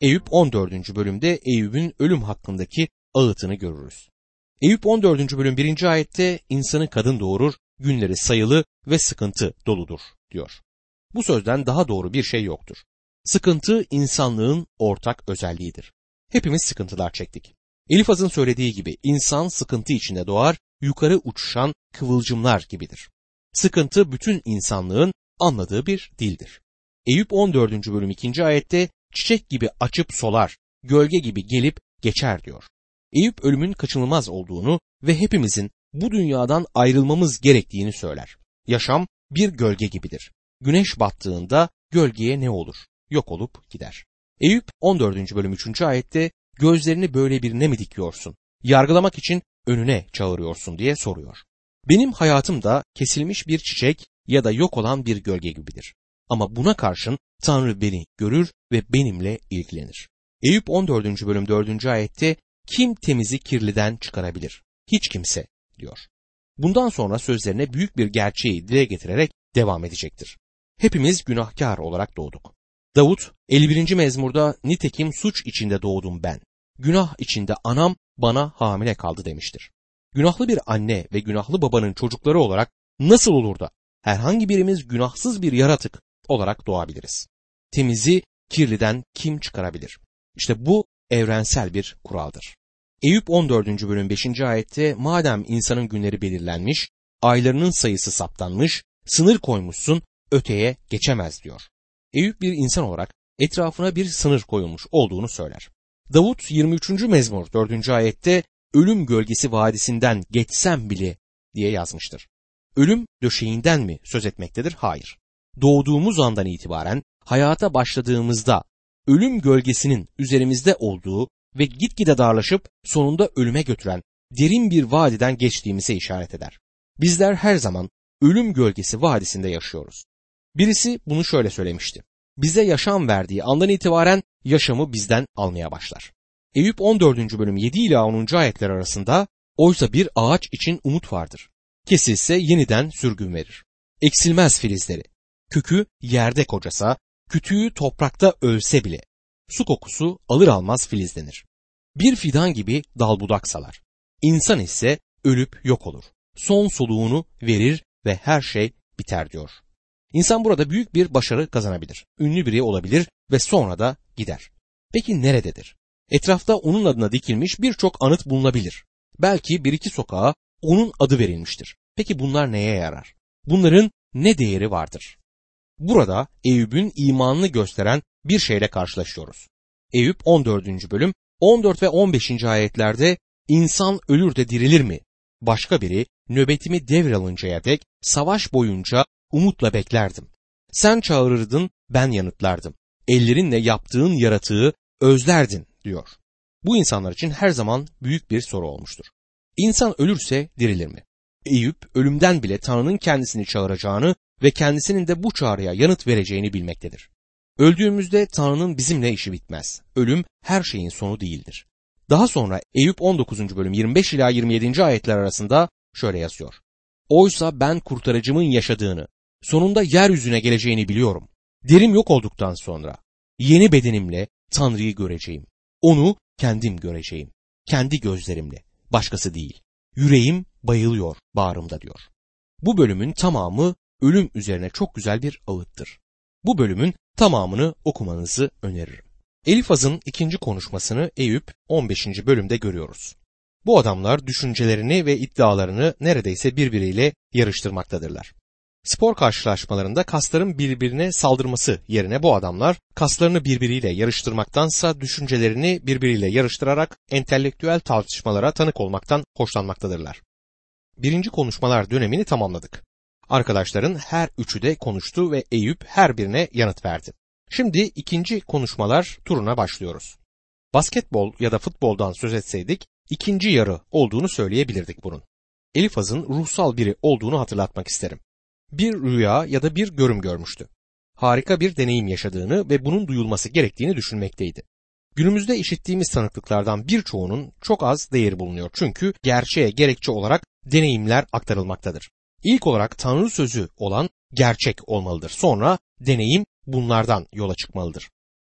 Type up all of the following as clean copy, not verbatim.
Eyüp 14. bölümde Eyüp'ün ölüm hakkındaki ağıtını görürüz. Eyüp 14. bölüm 1. ayette insanı kadın doğurur, günleri sayılı ve sıkıntı doludur diyor. Bu sözden daha doğru bir şey yoktur. Sıkıntı insanlığın ortak özelliğidir. Hepimiz sıkıntılar çektik. Elifaz'ın söylediği gibi insan sıkıntı içinde doğar, yukarı uçuşan kıvılcımlar gibidir. Sıkıntı bütün insanlığın anladığı bir dildir. Eyüp 14. bölüm 2. ayette çiçek gibi açıp solar, gölge gibi gelip geçer diyor. Eyüp ölümün kaçınılmaz olduğunu ve hepimizin bu dünyadan ayrılmamız gerektiğini söyler. Yaşam bir gölge gibidir. Güneş battığında gölgeye ne olur? Yok olup gider. Eyüp 14. bölüm 3. ayette gözlerini böyle birine mi dikiyorsun? Yargılamak için önüne çağırıyorsun diye soruyor. Benim hayatım da kesilmiş bir çiçek ya da yok olan bir gölge gibidir. Ama buna karşın Tanrı beni görür ve benimle ilgilenir. Eyüp 14. bölüm 4. ayette kim temizi kirliden çıkarabilir? Hiç kimse diyor. Bundan sonra sözlerine büyük bir gerçeği dile getirerek devam edecektir. Hepimiz günahkar olarak doğduk. Davut 51. mezmurda nitekim suç içinde doğdum ben. Günah içinde anam bana hamile kaldı demiştir. Günahlı bir anne ve günahlı babanın çocukları olarak nasıl olur da herhangi birimiz günahsız bir yaratık olarak doğabiliriz? Temizi kirliden kim çıkarabilir? İşte bu evrensel bir kuraldır. Eyüp 14. bölüm 5. ayette madem insanın günleri belirlenmiş, aylarının sayısı saptanmış, sınır koymuşsun, öteye geçemez diyor. Eyüp bir insan olarak etrafına bir sınır koyulmuş olduğunu söyler. Davut 23. mezmur 4. ayette ölüm gölgesi vadisinden geçsem bile diye yazmıştır. Ölüm döşeğinden mi söz etmektedir? Hayır. Doğduğumuz andan itibaren hayata başladığımızda ölüm gölgesinin üzerimizde olduğu ve gitgide darlaşıp sonunda ölüme götüren derin bir vadiden geçtiğimize işaret eder. Bizler her zaman ölüm gölgesi vadisinde yaşıyoruz. Birisi bunu şöyle söylemişti. Bize yaşam verdiği andan itibaren yaşamı bizden almaya başlar. Eyüp 14. bölüm 7 ila 10. ayetler arasında oysa bir ağaç için umut vardır. Kesilse yeniden sürgün verir. Eksilmez filizleri. Kökü yerde kocasa, kütüğü toprakta ölse bile su kokusu alır almaz filizlenir. Bir fidan gibi dal budak salar. İnsan ise ölüp yok olur. Son soluğunu verir ve her şey biter diyor. İnsan burada büyük bir başarı kazanabilir. Ünlü biri olabilir ve sonra da gider. Peki nerededir? Etrafta onun adına dikilmiş birçok anıt bulunabilir. Belki bir iki sokağa onun adı verilmiştir. Peki bunlar neye yarar? Bunların ne değeri vardır? Burada Eyüp'ün imanını gösteren bir şeyle karşılaşıyoruz. Eyüp 14. bölüm 14 ve 15. ayetlerde insan ölür de dirilir mi? Başka biri nöbetimi devralıncaya dek savaş boyunca umutla beklerdim. Sen çağırırdın, ben yanıtlardım. Ellerinle yaptığın yaratığı özlerdin diyor. Bu insanlar için her zaman büyük bir soru olmuştur. İnsan ölürse dirilir mi? Eyüp ölümden bile Tanrı'nın kendisini çağıracağını ve kendisinin de bu çağrıya yanıt vereceğini bilmektedir. Öldüğümüzde Tanrı'nın bizimle işi bitmez. Ölüm her şeyin sonu değildir. Daha sonra Eyüp 19. bölüm 25 ila 27. ayetler arasında şöyle yazıyor. Oysa ben kurtarıcımın yaşadığını, sonunda yeryüzüne geleceğini biliyorum. Derim yok olduktan sonra yeni bedenimle Tanrı'yı göreceğim. Onu kendim göreceğim. Kendi gözlerimle. Başkası değil. Yüreğim bayılıyor bağrımda diyor. Bu bölümün tamamı ölüm üzerine çok güzel bir ağıttır. Bu bölümün tamamını okumanızı öneririm. Elifaz'ın ikinci konuşmasını Eyüp 15. bölümde görüyoruz. Bu adamlar düşüncelerini ve iddialarını neredeyse birbiriyle yarıştırmaktadırlar. Spor karşılaşmalarında kasların birbirine saldırması yerine bu adamlar kaslarını birbiriyle yarıştırmaktansa düşüncelerini birbiriyle yarıştırarak entelektüel tartışmalara tanık olmaktan hoşlanmaktadırlar. Birinci konuşmalar dönemini tamamladık. Arkadaşların her üçü de konuştu ve Eyüp her birine yanıt verdi. Şimdi ikinci konuşmalar turuna başlıyoruz. Basketbol ya da futboldan söz etseydik ikinci yarı olduğunu söyleyebilirdik bunun. Elifaz'ın ruhsal biri olduğunu hatırlatmak isterim. Bir rüya ya da bir görüm görmüştü. Harika bir deneyim yaşadığını ve bunun duyulması gerektiğini düşünmekteydi. Günümüzde işittiğimiz tanıklıklardan birçoğunun çok az değeri bulunuyor. Çünkü gerçeğe gerekçe olarak deneyimler aktarılmaktadır. İlk olarak Tanrı sözü olan gerçek olmalıdır. Sonra deneyim bunlardan yola çıkmalıdır.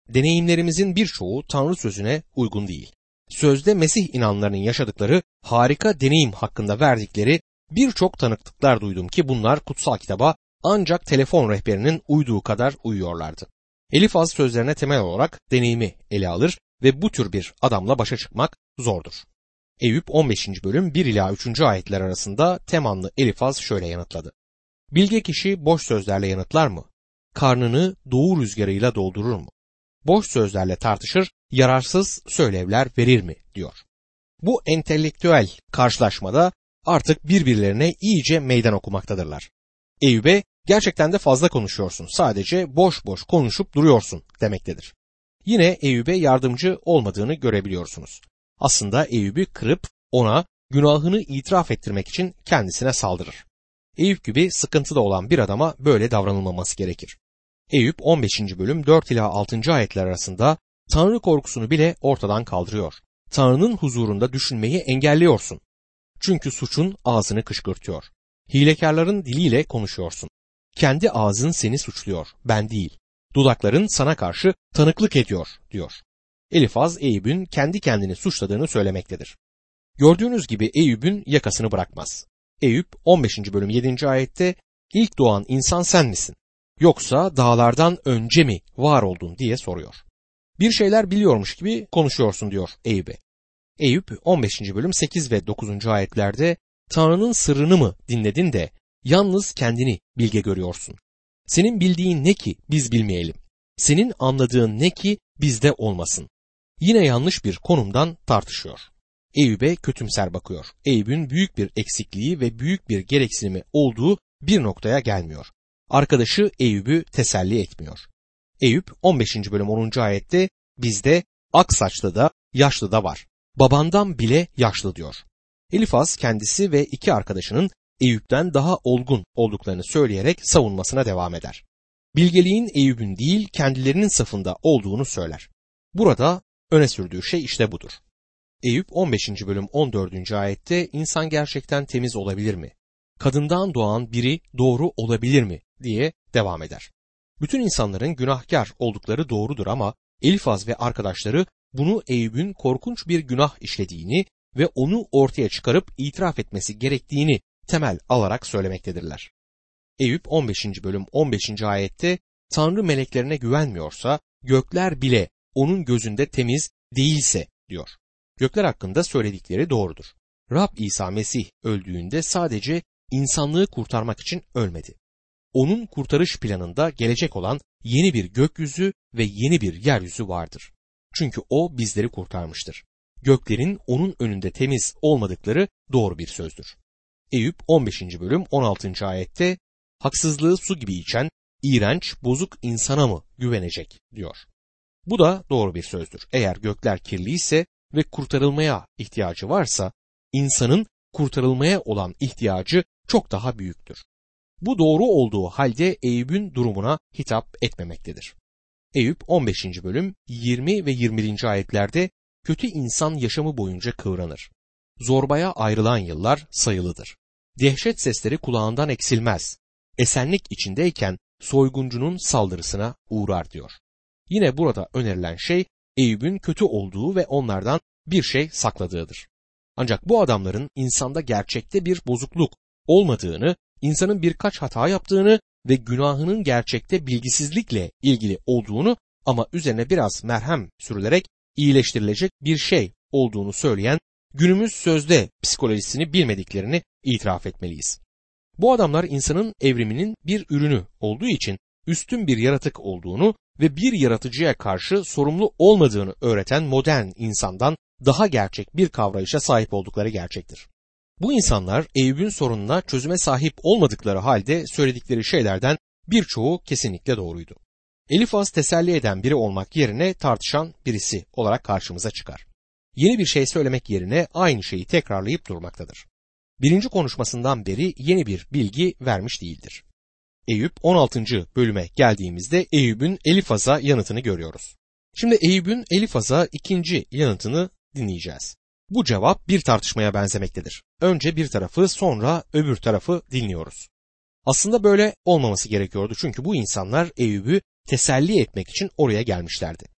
deneyimlerimizin birçoğu Tanrı sözüne uygun değil. Sözde Mesih inanlarının yaşadıkları harika deneyim hakkında verdikleri birçok tanıklıklar duydum ki bunlar kutsal kitaba ancak telefon rehberinin uyduğu kadar uyuyorlardı. Elifaz sözlerine temel olarak deneyimi ele alır ve bu tür bir adamla başa çıkmak zordur. Eyüp 15. bölüm 1 ila 3. ayetler arasında Temanlı Elifaz şöyle yanıtladı. Bilge kişi boş sözlerle yanıtlar mı? Karnını doğu rüzgarıyla doldurur mu? Boş sözlerle tartışır, yararsız söylevler verir mi? Diyor. Bu entelektüel karşılaşmada artık birbirlerine iyice meydan okumaktadırlar. Eyüp'e gerçekten de fazla konuşuyorsun, sadece boş boş konuşup duruyorsun demektedir. Yine Eyüp'e yardımcı olmadığını görebiliyorsunuz. Aslında Eyüp'ü kırıp ona günahını itiraf ettirmek için kendisine saldırır. Eyüp gibi sıkıntıda olan bir adama böyle davranılmaması gerekir. Eyüp 15. bölüm 4 ila 6. ayetler arasında Tanrı korkusunu bile ortadan kaldırıyor. Tanrı'nın huzurunda düşünmeyi engelliyorsun. Çünkü suçun ağzını kışkırtıyor. Hilekarların diliyle konuşuyorsun. Kendi ağzın seni suçluyor, ben değil. Dudakların sana karşı tanıklık ediyor, diyor. Elifaz Eyüp'ün kendi kendini suçladığını söylemektedir. Gördüğünüz gibi Eyüp'ün yakasını bırakmaz. Eyüp 15. bölüm 7. ayette ilk doğan insan sen misin? Yoksa dağlardan önce mi var oldun diye soruyor. Bir şeyler biliyormuş gibi konuşuyorsun diyor Eyüp'e. Eyüp 15. bölüm 8 ve 9. ayetlerde Tanrı'nın sırrını mı dinledin de yalnız kendini bilge görüyorsun? Senin bildiğin ne ki biz bilmeyelim? Senin anladığın ne ki bizde olmasın? Yine yanlış bir konumdan tartışıyor. Eyüp'e kötümser bakıyor. Eyüp'ün büyük bir eksikliği ve büyük bir gereksinimi olduğu bir noktaya gelmiyor. Arkadaşı Eyüp'ü teselli etmiyor. Eyüp 15. bölüm 10. ayette bizde ak saçlı da yaşlı da var. Babandan bile yaşlı diyor. Elifaz kendisi ve iki arkadaşının Eyüp'ten daha olgun olduklarını söyleyerek savunmasına devam eder. Bilgeliğin Eyüp'ün değil kendilerinin safında olduğunu söyler. Burada öne sürdüğü şey işte budur. Eyüp 15. bölüm 14. ayette insan gerçekten temiz olabilir mi? Kadından doğan biri doğru olabilir mi? Diye devam eder. Bütün insanların günahkar oldukları doğrudur ama Elifaz ve arkadaşları bunu Eyüp'ün korkunç bir günah işlediğini ve onu ortaya çıkarıp itiraf etmesi gerektiğini temel alarak söylemektedirler. Eyüp 15. bölüm 15. ayette Tanrı meleklerine güvenmiyorsa gökler bile onun gözünde temiz değilse diyor. Gökler hakkında söyledikleri doğrudur. Rab İsa Mesih öldüğünde sadece insanlığı kurtarmak için ölmedi. Onun kurtarış planında gelecek olan yeni bir gökyüzü ve yeni bir yeryüzü vardır. Çünkü o bizleri kurtarmıştır. Göklerin onun önünde temiz olmadıkları doğru bir sözdür. Eyüp 15. bölüm 16. ayette haksızlığı su gibi içen iğrenç, bozuk insana mı güvenecek diyor. Bu da doğru bir sözdür. Eğer gökler kirliyse ve kurtarılmaya ihtiyacı varsa insanın kurtarılmaya olan ihtiyacı çok daha büyüktür. Bu doğru olduğu halde Eyüp'ün durumuna hitap etmemektedir. Eyüp 15. bölüm 20 ve 21. ayetlerde kötü insan yaşamı boyunca kıvranır. Zorbaya ayrılan yıllar sayılıdır. Dehşet sesleri kulağından eksilmez. Esenlik içindeyken soyguncunun saldırısına uğrar diyor. Yine burada önerilen şey Eyüp'ün kötü olduğu ve onlardan bir şey sakladığıdır. Ancak bu adamların insanda gerçekte bir bozukluk olmadığını, insanın birkaç hata yaptığını ve günahının gerçekte bilgisizlikle ilgili olduğunu ama üzerine biraz merhem sürülerek iyileştirilecek bir şey olduğunu söyleyen günümüz sözde psikolojisini bilmediklerini itiraf etmeliyiz. Bu adamlar insanın evriminin bir ürünü olduğu için üstün bir yaratık olduğunu ve bir yaratıcıya karşı sorumlu olmadığını öğreten modern insandan daha gerçek bir kavrayışa sahip oldukları gerçektir. Bu insanlar Eyüp'ün sorununa çözüme sahip olmadıkları halde söyledikleri şeylerden birçoğu kesinlikle doğruydu. Elifaz teselli eden biri olmak yerine tartışan birisi olarak karşımıza çıkar. Yeni bir şey söylemek yerine aynı şeyi tekrarlayıp durmaktadır. Birinci konuşmasından beri yeni bir bilgi vermiş değildir. Eyüp 16. bölüme geldiğimizde Eyüp'ün Elifaz'a yanıtını görüyoruz. Şimdi Eyüp'ün Elifaz'a ikinci yanıtını dinleyeceğiz. Bu cevap bir tartışmaya benzemektedir. Önce bir tarafı sonra öbür tarafı dinliyoruz. Aslında böyle olmaması gerekiyordu çünkü bu insanlar Eyüp'ü teselli etmek için oraya gelmişlerdi.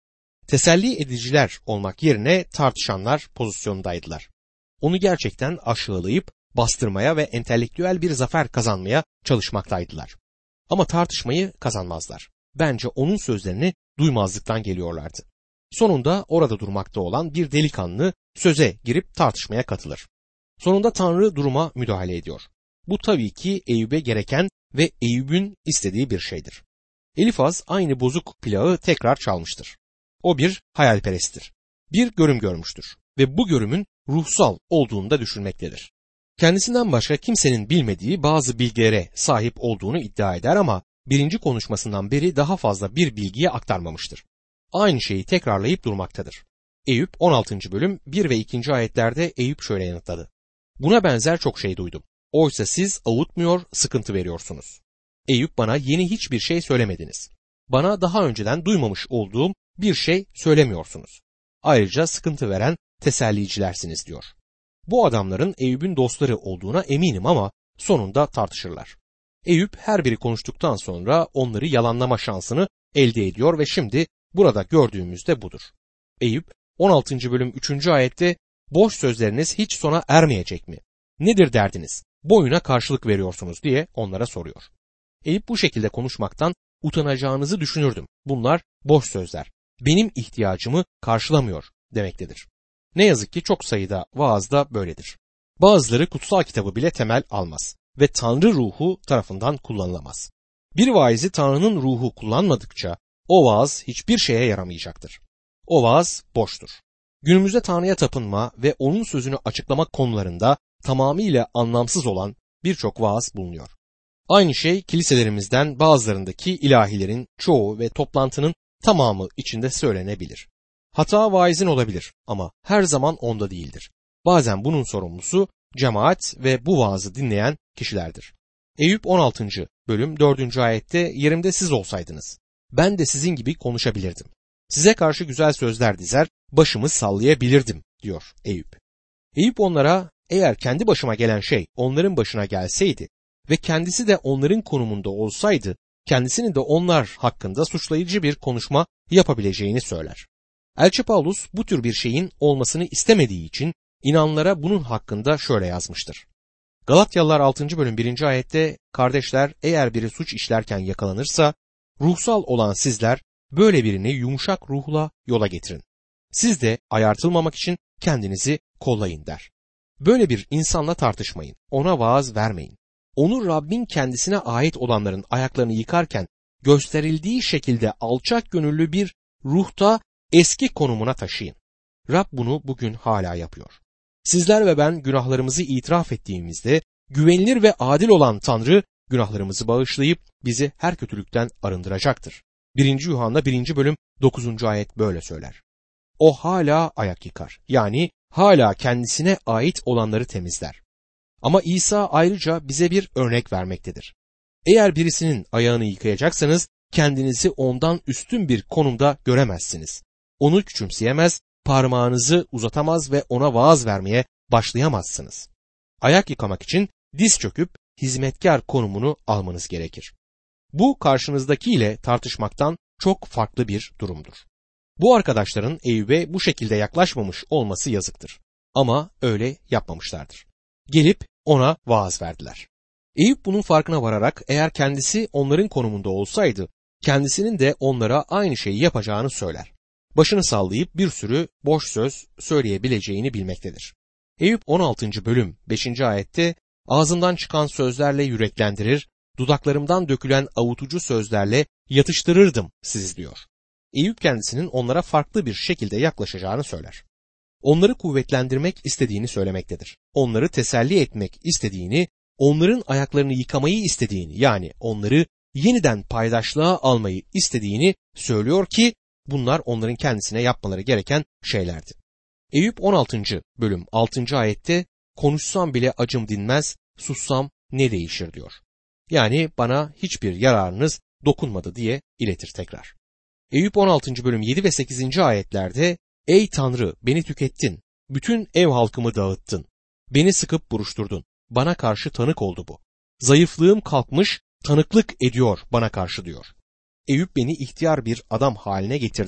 teselli ediciler olmak yerine tartışanlar pozisyondaydılar. Onu gerçekten aşağılayıp bastırmaya ve entelektüel bir zafer kazanmaya çalışmaktaydılar. Ama tartışmayı kazanmazlar. Bence onun sözlerini duymazlıktan geliyorlardı. Sonunda orada durmakta olan bir delikanlı söze girip tartışmaya katılır. Sonunda Tanrı duruma müdahale ediyor. Bu tabii ki Eyüp'e gereken ve Eyüp'ün istediği bir şeydir. Elifaz aynı bozuk plağı tekrar çalmıştır. O bir hayalperesttir. Bir görüm görmüştür ve bu görümün ruhsal olduğunu da düşünmektedir. Kendisinden başka kimsenin bilmediği bazı bilgilere sahip olduğunu iddia eder ama birinci konuşmasından beri daha fazla bir bilgiye aktarmamıştır. Aynı şeyi tekrarlayıp durmaktadır. Eyüp 16. bölüm 1 ve 2. ayetlerde Eyüp şöyle yanıtladı. Buna benzer çok şey duydum. Oysa siz avutmuyor, sıkıntı veriyorsunuz. Eyüp bana yeni hiçbir şey söylemediniz. Bana daha önceden duymamış olduğum bir şey söylemiyorsunuz. Ayrıca sıkıntı veren tesellicilersiniz diyor. Bu adamların Eyüp'ün dostları olduğuna eminim ama sonunda tartışırlar. Eyüp her biri konuştuktan sonra onları yalanlama şansını elde ediyor ve şimdi burada gördüğümüz de budur. Eyüp 16. bölüm 3. ayette boş sözleriniz hiç sona ermeyecek mi? Nedir derdiniz? Boyuna karşılık veriyorsunuz diye onlara soruyor. Eyüp bu şekilde konuşmaktan utanacağınızı düşünürdüm. Bunlar boş sözler. Benim ihtiyacımı karşılamıyor demektedir. Ne yazık ki çok sayıda vaazda böyledir. Bazıları kutsal kitabı bile temel almaz ve Tanrı ruhu tarafından kullanılamaz. Bir vaizi Tanrı'nın ruhu kullanmadıkça o vaaz hiçbir şeye yaramayacaktır. O vaaz boştur. Günümüzde Tanrı'ya tapınma ve onun sözünü açıklamak konularında tamamıyla anlamsız olan birçok vaaz bulunuyor. Aynı şey kiliselerimizden bazılarındaki ilahilerin çoğu ve toplantının tamamı içinde söylenebilir. Hata vaizin olabilir ama her zaman onda değildir. Bazen bunun sorumlusu cemaat ve bu vaazı dinleyen kişilerdir. Eyüp 16. bölüm 4. ayette yerimde siz olsaydınız ben de sizin gibi konuşabilirdim. Size karşı güzel sözler dizer, başımı sallayabilirdim diyor Eyüp. Eyüp onlara eğer kendi başıma gelen şey onların başına gelseydi ve kendisi de onların konumunda olsaydı kendisinin de onlar hakkında suçlayıcı bir konuşma yapabileceğini söyler. Elçi Paulus bu tür bir şeyin olmasını istemediği için inanlara bunun hakkında şöyle yazmıştır. Galatyalılar 6. bölüm 1. ayette kardeşler eğer biri suç işlerken yakalanırsa ruhsal olan sizler böyle birini yumuşak ruhla yola getirin. Siz de ayartılmamak için kendinizi kollayın der. Böyle bir insanla tartışmayın, ona vaaz vermeyin. Onu Rabbin kendisine ait olanların ayaklarını yıkarken gösterildiği şekilde alçak gönüllü bir ruhta eski konumuna taşıyın. Rab bunu bugün hala yapıyor. Sizler ve ben günahlarımızı itiraf ettiğimizde güvenilir ve adil olan Tanrı günahlarımızı bağışlayıp bizi her kötülükten arındıracaktır. 1. Yuhanna 1. bölüm 9. ayet böyle söyler. O hala ayak yıkar. Yani hala kendisine ait olanları temizler. Ama İsa ayrıca bize bir örnek vermektedir. Eğer birisinin ayağını yıkayacaksanız kendinizi ondan üstün bir konumda göremezsiniz. Onu küçümseyemez, parmağınızı uzatamaz ve ona vaaz vermeye başlayamazsınız. Ayak yıkamak için diz çöküp hizmetkar konumunu almanız gerekir. Bu karşınızdakiyle tartışmaktan çok farklı bir durumdur. Bu arkadaşların Eyüp'e bu şekilde yaklaşmamış olması yazıktır. Ama öyle yapmamışlardır. Gelip ona vaaz verdiler. Eyüp bunun farkına vararak eğer kendisi onların konumunda olsaydı kendisinin de onlara aynı şeyi yapacağını söyler. Başını sallayıp bir sürü boş söz söyleyebileceğini bilmektedir. Eyüp 16. bölüm 5. ayette ağzımdan çıkan sözlerle yüreklendirir, dudaklarımdan dökülen avutucu sözlerle yatıştırırdım sizi diyor. Eyüp kendisinin onlara farklı bir şekilde yaklaşacağını söyler. Onları kuvvetlendirmek istediğini söylemektedir. Onları teselli etmek istediğini, onların ayaklarını yıkamayı istediğini yani onları yeniden paydaşlığa almayı istediğini söylüyor ki bunlar onların kendisine yapmaları gereken şeylerdi. Eyüp 16. bölüm 6. ayette konuşsam bile acım dinmez, sussam ne değişir diyor. Yani bana hiçbir yararınız dokunmadı diye iletir tekrar. Eyüp 16. bölüm 7 ve 8. ayetlerde ey Tanrı beni tükettin, bütün ev halkımı dağıttın, beni sıkıp buruşturdun, bana karşı tanık oldu bu. Zayıflığım kalkmış, tanıklık ediyor bana karşı diyor. Eyüp beni ihtiyar bir adam haline getirdin.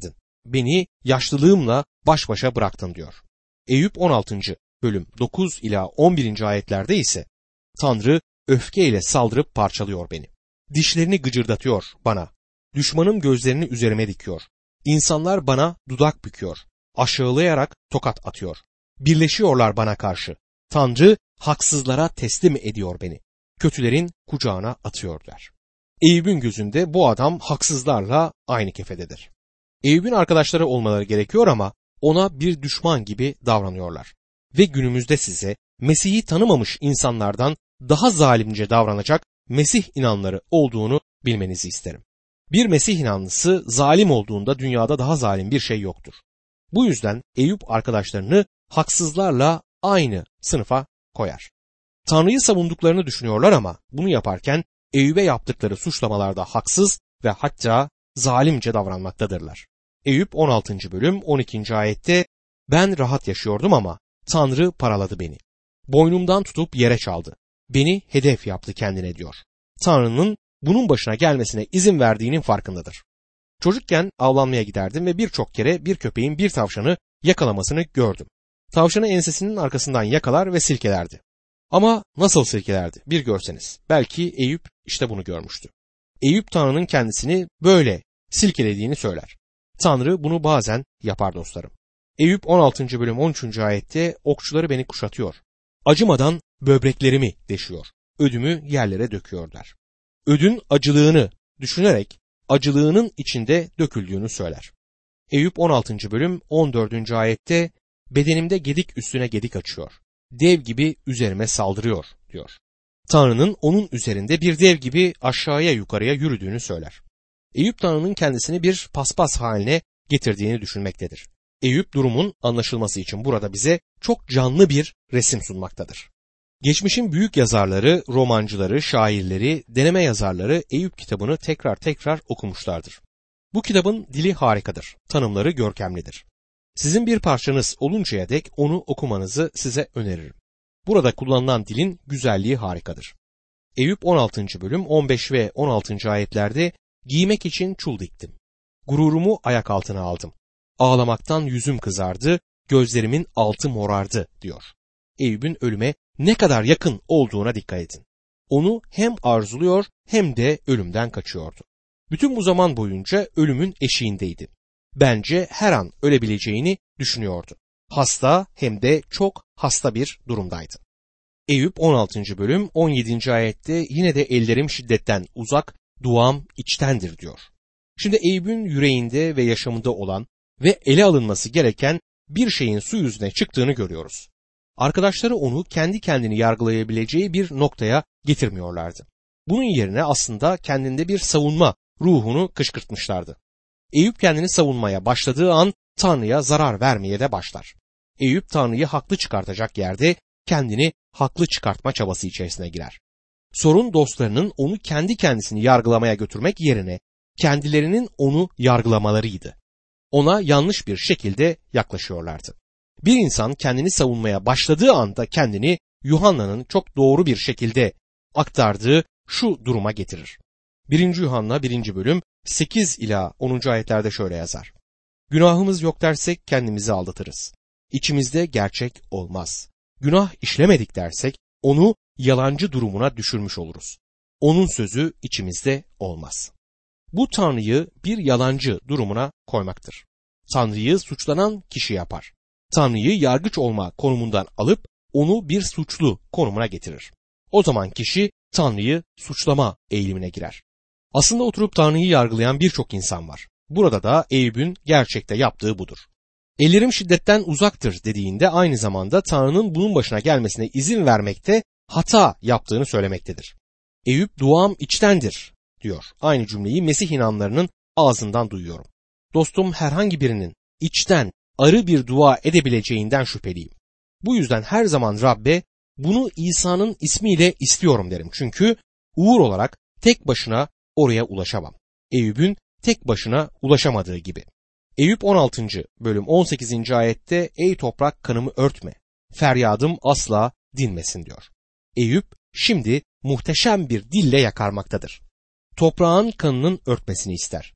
beni yaşlılığımla baş başa bıraktın diyor. Eyüp 16. bölüm 9 ila 11. ayetlerde ise Tanrı öfkeyle saldırıp parçalıyor beni. Dişlerini gıcırdatıyor bana. Düşmanım gözlerini üzerime dikiyor. İnsanlar bana dudak büküyor. Aşağılayarak tokat atıyor. Birleşiyorlar bana karşı. Tanrı haksızlara teslim ediyor beni. Kötülerin kucağına atıyor der. Eyüp'ün gözünde bu adam haksızlarla aynı kefededir. Eyüp'ün arkadaşları olmaları gerekiyor ama ona bir düşman gibi davranıyorlar. Ve günümüzde size Mesih'i tanımamış insanlardan daha zalimce davranacak Mesih inanları olduğunu bilmenizi isterim. Bir Mesih inanlısı zalim olduğunda dünyada daha zalim bir şey yoktur. Bu yüzden Eyüp arkadaşlarını haksızlarla aynı sınıfa koyar. Tanrı'yı savunduklarını düşünüyorlar ama bunu yaparken Eyüp'e yaptıkları suçlamalarda haksız ve hatta zalimce davranmaktadırlar. Eyüp 16. bölüm 12. ayette ben rahat yaşıyordum ama Tanrı paraladı beni. Boynumdan tutup yere çaldı. Beni hedef yaptı kendine diyor. Tanrı'nın bunun başına gelmesine izin verdiğinin farkındadır. Çocukken avlanmaya giderdim ve birçok kere bir köpeğin bir tavşanı yakalamasını gördüm. Tavşanı ensesinin arkasından yakalar ve silkelerdi. Ama nasıl silkelerdi bir görseniz. Belki Eyüp işte bunu görmüştü. Eyüp Tanrı'nın kendisini böyle silkelediğini söyler. Tanrı bunu bazen yapar dostlarım. Eyüp 16. bölüm 13. ayette okçuları beni kuşatıyor. Acımadan böbreklerimi deşiyor. Ödümü yerlere döküyor der. Ödün acılığını düşünerek acılığının içinde döküldüğünü söyler. Eyüp 16. bölüm 14. ayette bedenimde gedik üstüne gedik açıyor. Dev gibi üzerime saldırıyor diyor. Tanrı'nın onun üzerinde bir dev gibi aşağıya yukarıya yürüdüğünü söyler. Eyüp Tanrı'nın kendisini bir paspas haline getirdiğini düşünmektedir. Eyüp durumun anlaşılması için burada bize çok canlı bir resim sunmaktadır. Geçmişin büyük yazarları, romancıları, şairleri, deneme yazarları Eyüp kitabını tekrar okumuşlardır. Bu kitabın dili harikadır, tanımları görkemlidir. Sizin bir parçanız oluncaya dek onu okumanızı size öneririm. Burada kullanılan dilin güzelliği harikadır. Eyüp 16. bölüm 15 ve 16. ayetlerde giymek için çul diktim. Gururumu ayak altına aldım. Ağlamaktan yüzüm kızardı, gözlerimin altı morardı diyor. Eyüp'ün ölüme ne kadar yakın olduğuna dikkat edin. Onu hem arzuluyor hem de ölümden kaçıyordu. Bütün bu zaman boyunca ölümün eşiğindeydi. Bence her an ölebileceğini düşünüyordu. Hasta hem de çok hasta bir durumdaydı. Eyüp 16. bölüm 17. ayette yine de ellerim şiddetten uzak, duam içtendir diyor. Şimdi Eyüp'ün yüreğinde ve yaşamında olan ve ele alınması gereken bir şeyin su yüzüne çıktığını görüyoruz. Arkadaşları onu kendi kendini yargılayabileceği bir noktaya getirmiyorlardı. Bunun yerine aslında kendinde bir savunma ruhunu kışkırtmışlardı. Eyüp kendini savunmaya başladığı an Tanrı'ya zarar vermeye de başlar. Eyüp Tanrı'yı haklı çıkartacak yerde kendini haklı çıkartma çabası içerisine girer. Sorun dostlarının onu kendi kendisini yargılamaya götürmek yerine kendilerinin onu yargılamalarıydı. Ona yanlış bir şekilde yaklaşıyorlardı. Bir insan kendini savunmaya başladığı anda kendini Yuhanna'nın çok doğru bir şekilde aktardığı şu duruma getirir. 1. Yuhanna 1. bölüm 8 ila 10. ayetlerde şöyle yazar. Günahımız yok dersek kendimizi aldatırız. İçimizde gerçek olmaz. Günah işlemedik dersek onu yalancı durumuna düşürmüş oluruz. Onun sözü içimizde olmaz. Bu Tanrı'yı bir yalancı durumuna koymaktır. Tanrı'yı suçlanan kişi yapar. Tanrı'yı yargıç olma konumundan alıp onu bir suçlu konumuna getirir. O zaman kişi Tanrı'yı suçlama eğilimine girer. Aslında oturup Tanrı'yı yargılayan birçok insan var. Burada da Eyüp'ün gerçekte yaptığı budur. Ellerim şiddetten uzaktır dediğinde aynı zamanda Tanrı'nın bunun başına gelmesine izin vermekte hata yaptığını söylemektedir. Eyüp duam içtendir diyor. Aynı cümleyi Mesih inanlarının ağzından duyuyorum. Dostum herhangi birinin içten arı bir dua edebileceğinden şüpheliyim. Bu yüzden her zaman Rabbe bunu İsa'nın ismiyle istiyorum derim. Çünkü uğur olarak tek başına oraya ulaşamam. Eyüp'ün tek başına ulaşamadığı gibi. Eyüp 16. bölüm 18. ayette ey toprak kanımı örtme, feryadım asla dinmesin diyor. Eyüp şimdi muhteşem bir dille yakarmaktadır. Toprağın kanının örtmesini ister.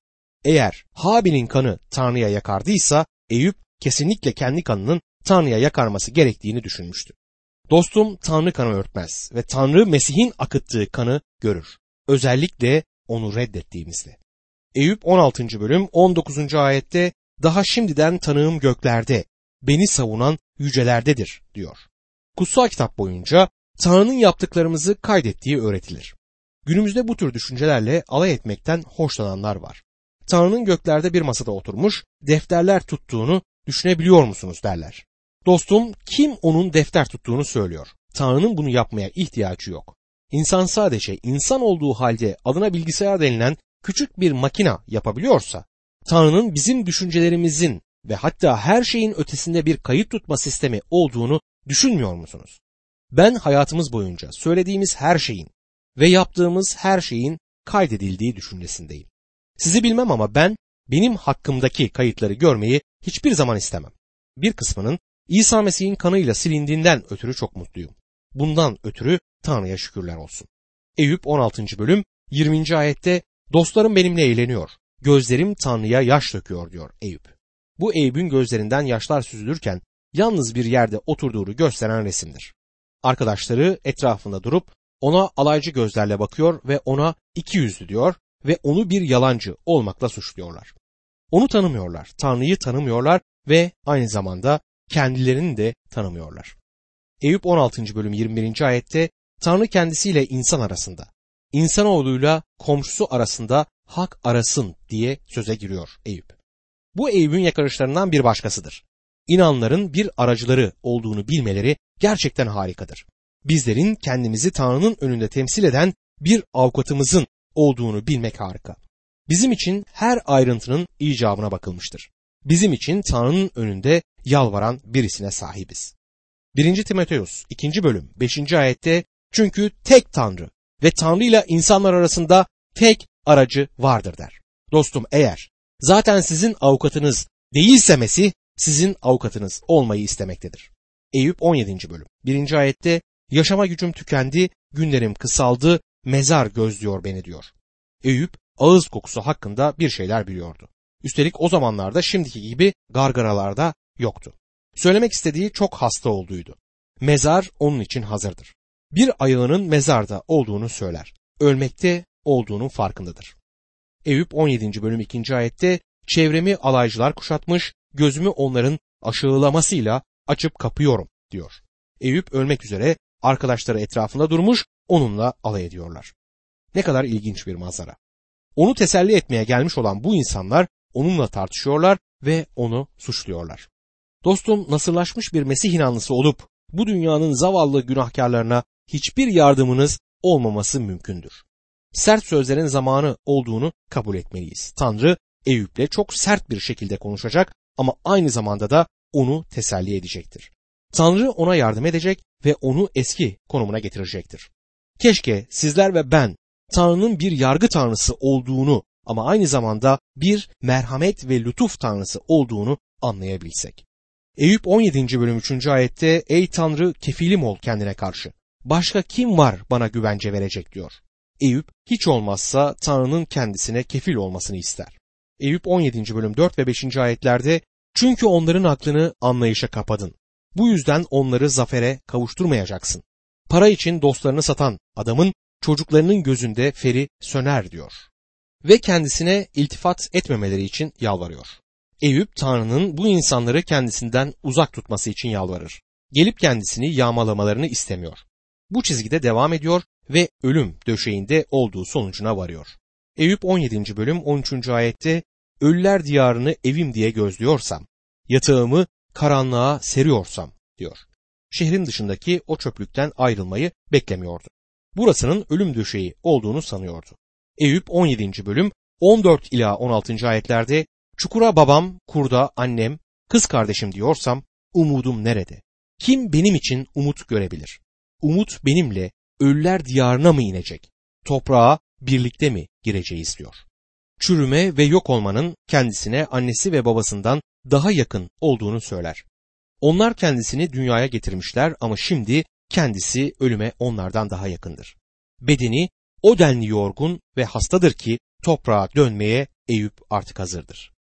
Eğer Habil'in kanı Tanrı'ya yakardıysa Eyüp kesinlikle kendi kanının Tanrı'ya yakarması gerektiğini düşünmüştü. Dostum, Tanrı kanı örtmez ve Tanrı Mesih'in akıttığı kanı görür. Özellikle onu reddettiğimizde. Eyüp 16. bölüm 19. ayette daha şimdiden tanığım göklerde, beni savunan yücelerdedir diyor. Kutsal kitap boyunca Tanrı'nın yaptıklarımızı kaydettiği öğretilir. Günümüzde bu tür düşüncelerle alay etmekten hoşlananlar var. Tanrı'nın göklerde bir masada oturmuş, defterler tuttuğunu düşünebiliyor musunuz derler. Dostum, kim onun defter tuttuğunu söylüyor? Tanrı'nın bunu yapmaya ihtiyacı yok. İnsan sadece insan olduğu halde adına bilgisayar denilen küçük bir makina yapabiliyorsa, Tanrı'nın bizim düşüncelerimizin ve hatta her şeyin ötesinde bir kayıt tutma sistemi olduğunu düşünmüyor musunuz? Ben hayatımız boyunca söylediğimiz her şeyin ve yaptığımız her şeyin kaydedildiği düşüncesindeyim. Sizi bilmem ama benim hakkımdaki kayıtları görmeyi hiçbir zaman istemem. Bir kısmının İsa Mesih'in kanıyla silindiğinden ötürü çok mutluyum. Bundan ötürü Tanrı'ya şükürler olsun. Eyüp 16. bölüm 20. ayette dostlarım benimle eğleniyor, gözlerim Tanrı'ya yaş döküyor diyor Eyüp. Bu Eyüp'ün gözlerinden yaşlar süzülürken yalnız bir yerde oturduğunu gösteren resimdir. Arkadaşları etrafında durup ona alaycı gözlerle bakıyor ve ona ikiyüzlü diyor ve onu bir yalancı olmakla suçluyorlar. Onu tanımıyorlar, Tanrı'yı tanımıyorlar ve aynı zamanda kendilerini de tanımıyorlar. Eyüp 16. bölüm 21. ayette Tanrı kendisiyle insan arasında, insanoğluyla komşusu arasında hak arasın diye söze giriyor Eyüp. Bu Eyüp'ün yakarışlarından bir başkasıdır. İnanların bir aracıları olduğunu bilmeleri gerçekten harikadır. Bizlerin kendimizi Tanrı'nın önünde temsil eden bir avukatımızın olduğunu bilmek harika. Bizim için her ayrıntının icabına bakılmıştır. Bizim için Tanrı'nın önünde yalvaran birisine sahibiz. 1. Timoteus 2. bölüm 5. ayette çünkü tek Tanrı ve Tanrı ile insanlar arasında tek aracı vardır der. Dostum, eğer zaten sizin avukatınız değilse Mesih sizin avukatınız olmayı istemektedir. Eyüp 17. bölüm 1. ayette yaşama gücüm tükendi, günlerim kısaldı, mezar gözlüyor beni diyor. Eyüp ağız kokusu hakkında bir şeyler biliyordu. Üstelik o zamanlarda şimdiki gibi gargaralarda yoktu. Söylemek istediği çok hasta olduğuydu. Mezar onun için hazırdır. Bir ayağının mezarda olduğunu söyler. Ölmekte olduğunun farkındadır. Eyüp 17. bölüm 2. ayette çevremi alaycılar kuşatmış, gözümü onların aşağılamasıyla açıp kapıyorum diyor. Eyüp ölmek üzere, arkadaşları etrafında durmuş, onunla alay ediyorlar. Ne kadar ilginç bir manzara. Onu teselli etmeye gelmiş olan bu insanlar onunla tartışıyorlar ve onu suçluyorlar. Dostum, nasırlaşmış bir Mesih inanlısı olup bu dünyanın zavallı günahkarlarına hiçbir yardımınız olmaması mümkündür. Sert sözlerin zamanı olduğunu kabul etmeliyiz. Tanrı Eyüp'le çok sert bir şekilde konuşacak ama aynı zamanda da onu teselli edecektir. Tanrı ona yardım edecek ve onu eski konumuna getirecektir. Keşke sizler ve ben Tanrı'nın bir yargı tanrısı olduğunu ama aynı zamanda bir merhamet ve lütuf tanrısı olduğunu anlayabilsek. Eyüp 17. bölüm 3. ayette ey Tanrı kefilim ol kendine karşı. Başka kim var bana güvence verecek diyor. Eyüp hiç olmazsa Tanrı'nın kendisine kefil olmasını ister. Eyüp 17. bölüm 4 ve 5. ayetlerde çünkü onların aklını anlayışa kapadın. Bu yüzden onları zafere kavuşturmayacaksın. Para için dostlarını satan adamın çocuklarının gözünde feri söner diyor. Ve kendisine iltifat etmemeleri için yalvarıyor. Eyüp Tanrı'nın bu insanları kendisinden uzak tutması için yalvarır. Gelip kendisini yağmalamalarını istemiyor. Bu çizgide devam ediyor ve ölüm döşeğinde olduğu sonucuna varıyor. Eyüp 17. bölüm 13. ayette ölüler diyarını evim diye gözlüyorsam, yatağımı karanlığa seriyorsam diyor. Şehrin dışındaki o çöplükten ayrılmayı beklemiyordu. Burasının ölüm döşeği olduğunu sanıyordu. Eyüp 17. bölüm 14 ila 16. ayetlerde çukura babam, kurda annem, kız kardeşim diyorsam umudum nerede? Kim benim için umut görebilir? Umut benimle ölüler diyarına mı inecek? Toprağa birlikte mi gireceğiz diyor. Çürüme ve yok olmanın kendisine annesi ve babasından daha yakın olduğunu söyler. Onlar kendisini dünyaya getirmişler ama şimdi kendisi ölüme onlardan daha yakındır. Bedeni o denli yorgun ve hastadır ki toprağa dönmeye Eyüp artık hazırdır.